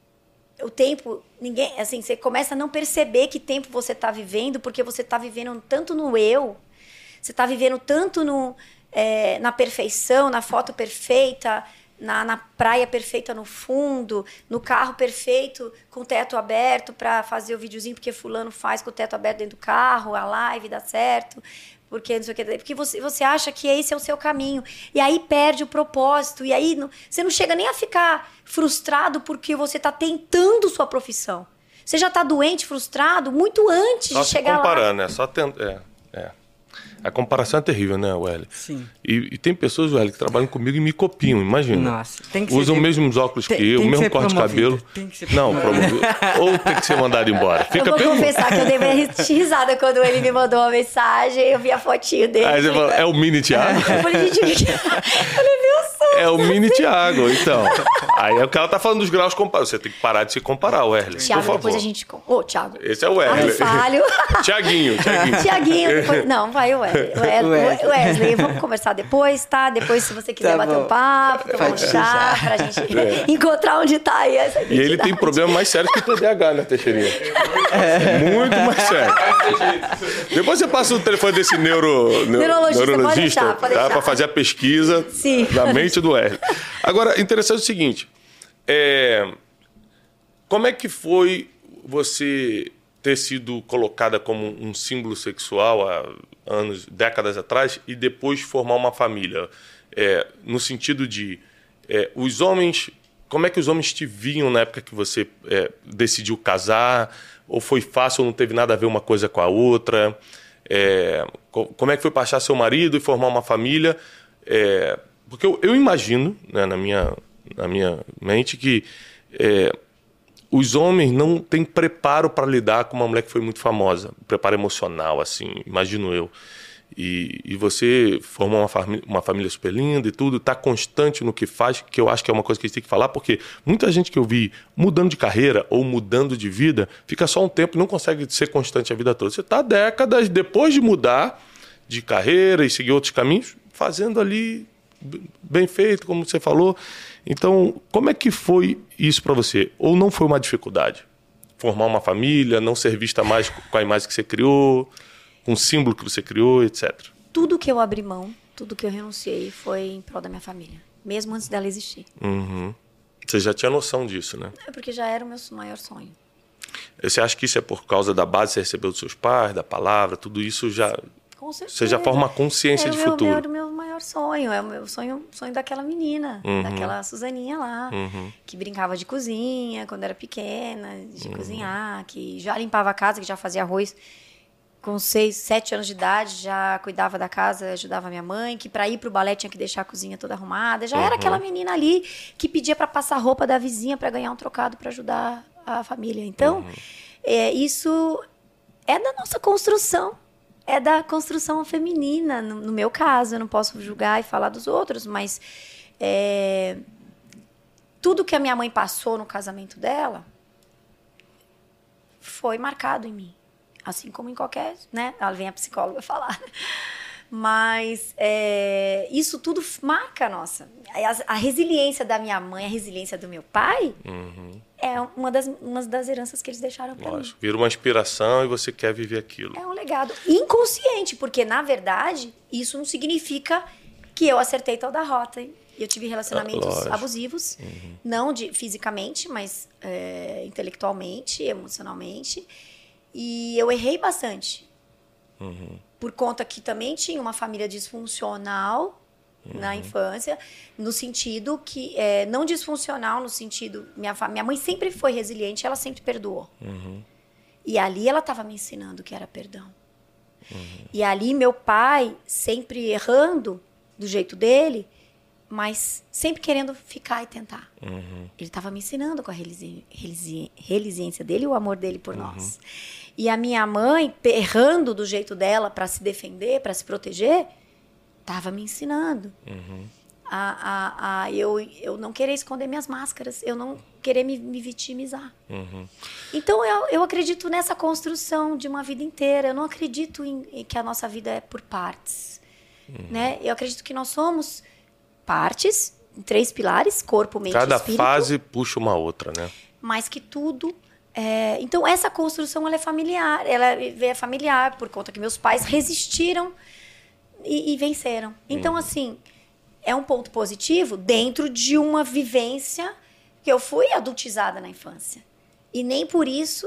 o tempo, ninguém, assim, você começa a não perceber que tempo você está vivendo, porque você está vivendo tanto no eu, você está vivendo tanto no, é, na perfeição, na foto perfeita, na, na praia perfeita no fundo, no carro perfeito com o teto aberto para fazer o videozinho, porque fulano faz com o teto aberto dentro do carro, a live dá certo, porque não sei o que, porque você, você acha que esse é o seu caminho. E aí perde o propósito, e aí não, você não chega nem a ficar frustrado porque você está tentando sua profissão. Você já está doente, frustrado, muito antes Só de chegar lá. Só comparando, né? Só tenta... É, é. A comparação é terrível, né, Welly? Sim. E, e tem pessoas, Welly, que trabalham comigo e me copiam, imagina. Nossa. Tem que Usam ser... os mesmos óculos tem, que eu, o mesmo corte de cabelo. Tem que ser Não, promovido. Ou tem que ser mandado embora. Fica eu vou pergunta. confessar que eu dei minha risada quando ele me mandou uma mensagem, eu vi a fotinho dele. Aí você falou, é o mini Thiago? Eu falei, gente, eu falei, meu sonho. É o mini Thiago, então. Aí é o que ela tá falando dos graus comparados. Você tem que parar de se comparar, Welly. Thiago, por favor. depois a gente... Ô, oh, Thiago. Esse é o Wesley. falho. Tiaguinho, Tiaguinho. Tiaguinho, depois... Não, vai o Wesley. Wesley. Wesley, vamos conversar depois, tá? Depois, se você quiser tá bater um papo, tomar um chá, pra gente é. encontrar onde tá aí essa identidade. E ele tem problema mais sério que o T D A H, né, Teixeirinha? É. Muito mais sério. Depois você passa o telefone desse neuro, neurologista, neurologista pode deixar, pode tá? deixar. Pra fazer a pesquisa Sim. da mente do Wesley. Agora, interessante é o seguinte, é, como é que foi você ter sido colocada como um símbolo sexual há anos, décadas atrás, e depois formar uma família? É, no sentido de, é, os homens, como é que os homens te viam na época que você é, decidiu casar? Ou foi fácil, ou não teve nada a ver uma coisa com a outra? É, como é que foi para achar seu marido e formar uma família? É, porque eu, eu imagino, né, na, minha, na minha mente, que é, os homens não têm preparo para lidar com uma mulher que foi muito famosa. Preparo emocional, assim, imagino eu. E, e você formou uma família, uma família super linda e tudo, está constante no que faz, que eu acho que é uma coisa que a gente tem que falar, porque muita gente que eu vi mudando de carreira ou mudando de vida, fica só um tempo e não consegue ser constante a vida toda. Você está décadas depois de mudar de carreira e seguir outros caminhos, fazendo ali bem feito, como você falou. Então, como é que foi isso para você? Ou não foi uma dificuldade? Formar uma família, não ser vista mais com a imagem que você criou, com o símbolo que você criou, etcétera. Tudo que eu abri mão, tudo que eu renunciei foi em prol da minha família. Mesmo antes dela existir. Uhum. Você já tinha noção disso, né? É porque já era o meu maior sonho. Você acha que isso é por causa da base que você recebeu dos seus pais, da palavra, tudo isso já... Com certeza. Você já forma uma consciência era de o meu, futuro. Era o meu maior sonho. É o meu sonho, sonho daquela menina, uhum. daquela Suzaninha lá, uhum. que brincava de cozinha quando era pequena, de uhum. cozinhar, que já limpava a casa, que já fazia arroz. Com seis, sete anos de idade, já cuidava da casa, ajudava a minha mãe, que para ir pro balé tinha que deixar a cozinha toda arrumada. Já uhum. era aquela menina ali que pedia para passar roupa da vizinha para ganhar um trocado para ajudar a família. Então, uhum. é, isso é da nossa construção, é da construção feminina. No, no meu caso, eu não posso julgar e falar dos outros, mas é, tudo que a minha mãe passou no casamento dela foi marcado em mim. Assim como em qualquer, né? Ela vem a psicóloga falar. Mas é, isso tudo marca a nossa. A, a resiliência da minha mãe, a resiliência do meu pai, uhum. é uma das, uma das heranças que eles deixaram para mim. Vira uma inspiração e você quer viver aquilo. É um legado inconsciente, porque, na verdade, isso não significa que eu acertei toda a rota. Eu tive relacionamentos ah, abusivos, uhum. não de, fisicamente, mas é, intelectualmente, emocionalmente. E eu errei bastante. Uhum. Por conta que também tinha uma família disfuncional uhum. na infância, no sentido que... É, não disfuncional no sentido... Minha, minha mãe sempre foi resiliente, ela sempre perdoou. Uhum. E ali ela estava me ensinando o que era perdão. Uhum. E ali meu pai, sempre errando do jeito dele, mas sempre querendo ficar e tentar. Uhum. Ele estava me ensinando com a relisi- relisi- resiliência dele e o amor dele por uhum. nós. E a minha mãe, errando do jeito dela para se defender, para se proteger, estava me ensinando. Uhum. A, a, a eu, eu não querer esconder minhas máscaras, eu não querer me, me vitimizar. Uhum. Então, eu, eu acredito nessa construção de uma vida inteira. Eu não acredito em, em que a nossa vida é por partes. Uhum. Né? Eu acredito que nós somos partes, em três pilares, corpo, mente e espírito. Cada fase puxa uma outra, né? Mais que tudo... É, então, essa construção ela é familiar. Ela é familiar por conta que meus pais resistiram e, e venceram. Então, uhum. assim, é um ponto positivo dentro de uma vivência que eu fui adultizada na infância. E nem por isso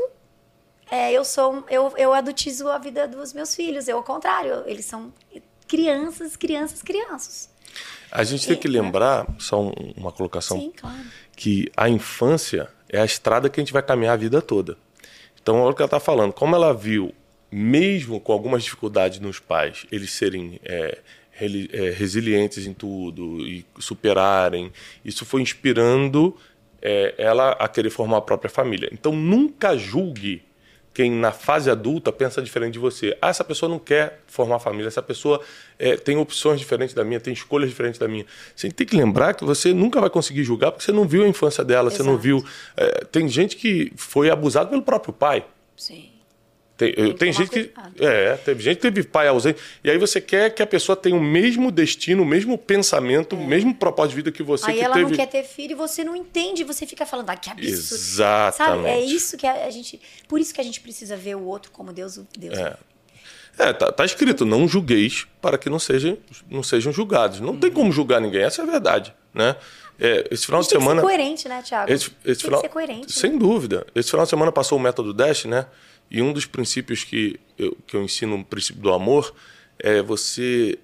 é, eu, sou, eu, eu adultizo a vida dos meus filhos. Eu, ao contrário, eles são crianças, crianças, crianças. A gente tem que lembrar, só uma colocação, Sim, claro. que a infância é a estrada que a gente vai caminhar a vida toda. Então, olha o que ela está falando. Como ela viu, mesmo com algumas dificuldades nos pais, eles serem é, re, é, resilientes em tudo e superarem, isso foi inspirando é, ela a querer formar a própria família. Então, nunca julgue quem na fase adulta pensa diferente de você. Ah, essa pessoa não quer formar família, essa pessoa é, tem opções diferentes da minha, tem escolhas diferentes da minha. Você tem que lembrar que você nunca vai conseguir julgar porque você não viu a infância dela, Exato. Você não viu... É, tem gente que foi abusado pelo próprio pai. Sim. Tem, tem, tem gente que... É, teve gente que teve pai ausente. E aí você quer que a pessoa tenha o mesmo destino, o mesmo pensamento, é. o mesmo propósito de vida que você. Aí que ela teve... não quer ter filho e você não entende. Você fica falando, ah, que absurdo. Exatamente. Sabe? É isso que a gente... Por isso que a gente precisa ver o outro como Deus, Deus é. É, tá, tá escrito, não julgueis para que não sejam, não sejam julgados. Não hum. tem como julgar ninguém, essa é a verdade, né? É, esse final de tem semana... que ser coerente, né, Thiago? Esse, esse tem final... que ser coerente. Sem né? dúvida. Esse final de semana passou o método Dash, né? E um dos princípios que eu, que eu ensino, o princípio do amor, é você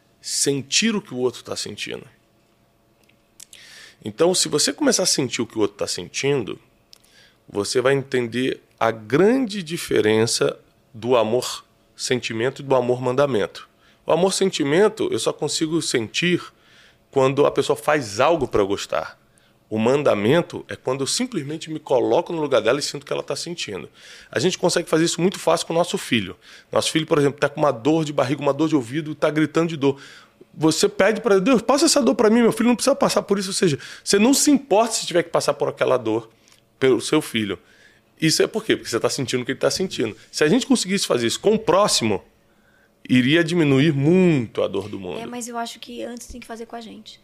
sentir o que o outro está sentindo. Então, se você começar a sentir o que o outro está sentindo, você vai entender a grande diferença do amor sentimento e do amor mandamento. O amor sentimento eu só consigo sentir quando a pessoa faz algo para eu gostar. O mandamento é quando eu simplesmente me coloco no lugar dela e sinto o que ela está sentindo. A gente consegue fazer isso muito fácil com o nosso filho. Nosso filho, por exemplo, está com uma dor de barriga, uma dor de ouvido, está gritando de dor. Você pede para Deus, passa essa dor para mim, meu filho não precisa passar por isso. Ou seja, você não se importa se tiver que passar por aquela dor pelo seu filho. Isso é por quê? Porque você está sentindo o que ele está sentindo. Se a gente conseguisse fazer isso com o próximo, iria diminuir muito a dor do mundo. É, mas eu acho que antes tem que fazer com a gente.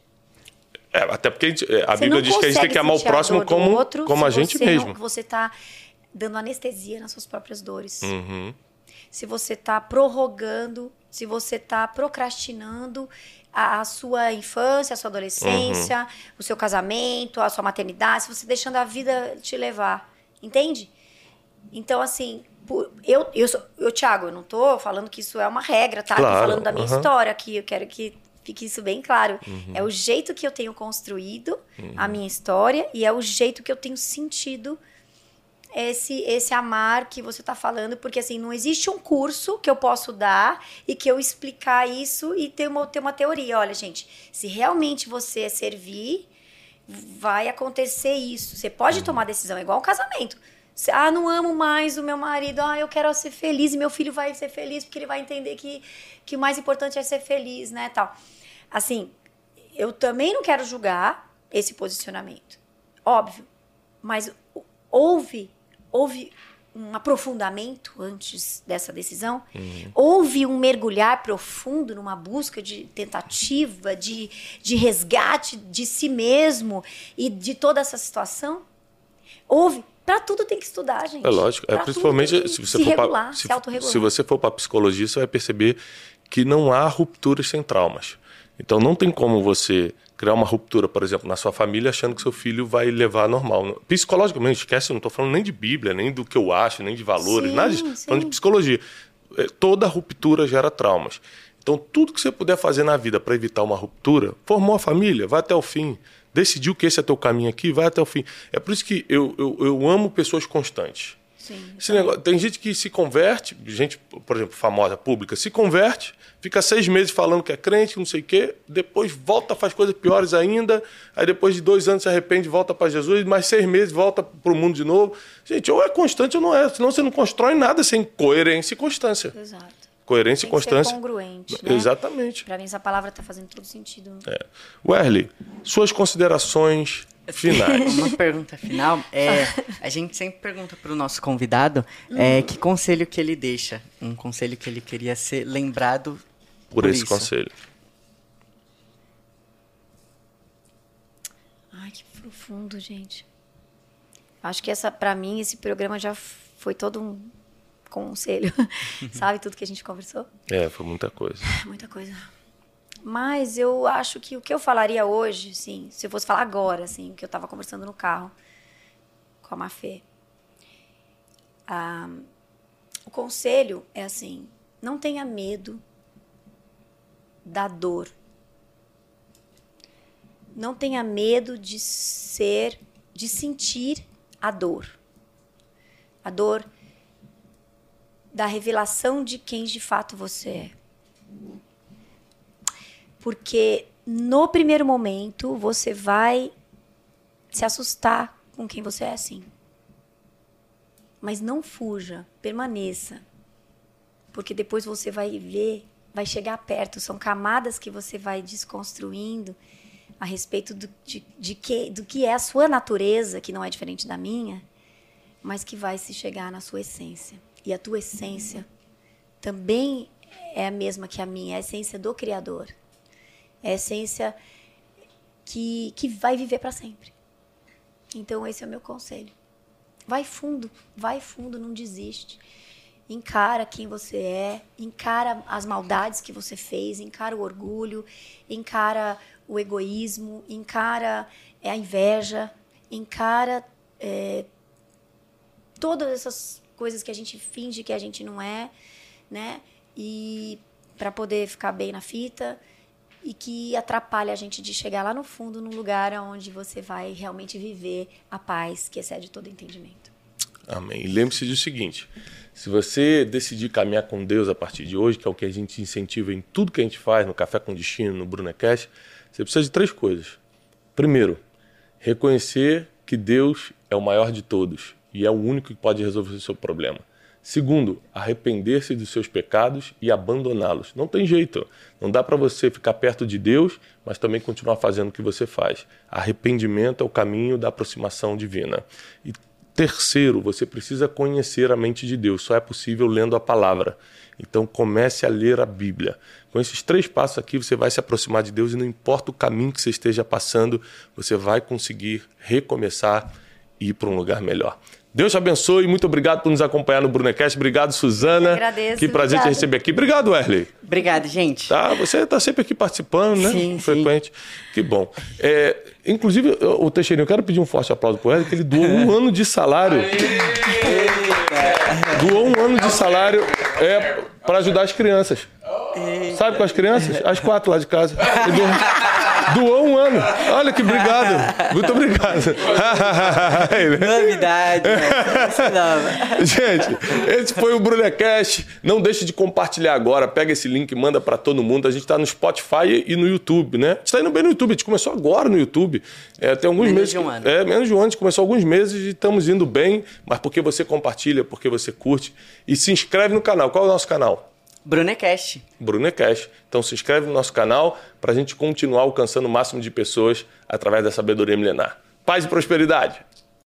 É, até porque a, gente, a Bíblia diz que a gente tem que amar o próximo a como, outro, como a gente mesmo. Não, você está dando anestesia nas suas próprias dores. Uhum. Se você está prorrogando, se você está procrastinando a, a sua infância, a sua adolescência, uhum. o seu casamento, a sua maternidade, se você deixando a vida te levar. Entende? Então, assim, eu, eu, sou, eu Thiago, eu não estou falando que isso é uma regra, tá? Claro, tô falando da minha uhum. história aqui, eu quero que fique isso bem claro. Uhum. É o jeito que eu tenho construído uhum. a minha história e é o jeito que eu tenho sentido esse, esse amar que você está falando, porque assim, não existe um curso que eu posso dar e que eu explicar isso e ter uma, ter uma teoria. Olha, gente, se realmente você servir, vai acontecer isso. Você pode uhum. tomar decisão, é igual um casamento. Ah, não amo mais o meu marido, ah, eu quero ser feliz e meu filho vai ser feliz porque ele vai entender que, que o mais importante é ser feliz, né, tal. Assim, eu também não quero julgar esse posicionamento, óbvio, mas houve, houve um aprofundamento antes dessa decisão, uhum. houve um mergulhar profundo numa busca de tentativa, de, de resgate de si mesmo e de toda essa situação, houve. Para tudo tem que estudar, gente. É lógico. É, principalmente se você, se for regular, pra, se, se autorregular. Se você for para psicologia, você vai perceber que não há rupturas sem traumas. Então não tem como você criar uma ruptura, por exemplo, na sua família, achando que seu filho vai levar normal. Psicologicamente, esquece, eu não estou falando nem de Bíblia, nem do que eu acho, nem de valores, sim, nada disso. Estou falando de psicologia. Toda ruptura gera traumas. Então tudo que você puder fazer na vida para evitar uma ruptura, formou a família, vai até o fim. Decidiu que esse é teu caminho aqui, vai até o fim. É por isso que eu, eu, eu amo pessoas constantes. Sim, Esse negócio, tem gente que se converte, gente, por exemplo, famosa, pública, se converte, fica seis meses falando que é crente, não sei o quê, depois volta, faz coisas piores ainda, aí depois de dois anos se arrepende, volta para Jesus, mais seis meses volta para o mundo de novo. Gente, ou é constante ou não é, senão você não constrói nada sem coerência e constância. Exato. Coerência Tem e constância. Ser congruente, né? Exatamente. Para mim essa palavra está fazendo todo sentido. É. Werley, suas considerações finais. Uma pergunta final. É, a gente sempre pergunta para o nosso convidado é, que conselho que ele deixa. Um conselho que ele queria ser lembrado por, por esse isso. conselho. Ai, que profundo, gente. Acho que essa, para mim, esse programa já foi todo um conselho. Sabe tudo que a gente conversou? É, foi muita coisa. Muita coisa. Mas eu acho que o que eu falaria hoje, assim, se eu fosse falar agora, assim, que eu estava conversando no carro com a Mafê, ah, o conselho é assim, não tenha medo da dor. Não tenha medo de ser, de sentir a dor. A dor da revelação de quem de fato você é. Porque no primeiro momento você vai se assustar com quem você é assim. Mas não fuja, permaneça. Porque depois você vai ver, vai chegar perto. São camadas que você vai desconstruindo a respeito do, de, de que, do que é a sua natureza, que não é diferente da minha, mas que vai se chegar na sua essência. E a tua essência também é a mesma que a minha, é a essência do Criador. É a essência que, que vai viver para sempre. Então, esse é o meu conselho. Vai fundo, vai fundo, não desiste. Encara quem você é, encara as maldades que você fez, encara o orgulho, encara o egoísmo, encara a inveja, encara é, todas essas coisas que a gente finge que a gente não é, né? E para poder ficar bem na fita e que atrapalha a gente de chegar lá no fundo, num lugar onde você vai realmente viver a paz que excede todo entendimento. Amém. E lembre-se do seguinte, se você decidir caminhar com Deus a partir de hoje, que é o que a gente incentiva em tudo que a gente faz, no Café com Destino, no Brunecast, você precisa de três coisas. Primeiro, reconhecer que Deus é o maior de todos e é o único que pode resolver o seu problema. Segundo, arrepender-se dos seus pecados e abandoná-los. Não tem jeito. Não dá para você ficar perto de Deus, mas também continuar fazendo o que você faz. Arrependimento é o caminho da aproximação divina. E terceiro, você precisa conhecer a mente de Deus. Só é possível lendo a palavra. Então comece a ler a Bíblia. Com esses três passos aqui, você vai se aproximar de Deus e não importa o caminho que você esteja passando, você vai conseguir recomeçar e ir para um lugar melhor. Deus te abençoe e muito obrigado por nos acompanhar no Brunecast. Obrigado, Suzana. Eu agradeço. Que prazer te receber aqui. Obrigado, Wesley. Obrigado, gente. Tá, você está sempre aqui participando, né? Sim, Frequente. Sim. Que bom. É, inclusive, o Teixeirinho, eu quero pedir um forte aplauso para o Wesley, que ele doou um ano de salário. Doou um ano de salário é, para ajudar as crianças. Sabe com as crianças? As quatro lá de casa. Doou, doou um ano. Olha que obrigado. Muito obrigado. Novidade. Né? Gente, esse foi o Brunecast. Não deixe de compartilhar agora. Pega esse link e manda para todo mundo. A gente está no Spotify e no YouTube, né? A gente está indo bem no YouTube. A gente começou agora no YouTube. É, tem alguns menos meses. De um ano. É, menos de um ano. A gente começou alguns meses e estamos indo bem. Mas porque você compartilha, porque você curte. E se inscreve no canal. Qual é o nosso canal? Brunecast. Brunecast. Então se inscreve no nosso canal para a gente continuar alcançando o máximo de pessoas através da sabedoria milenar. Paz e prosperidade.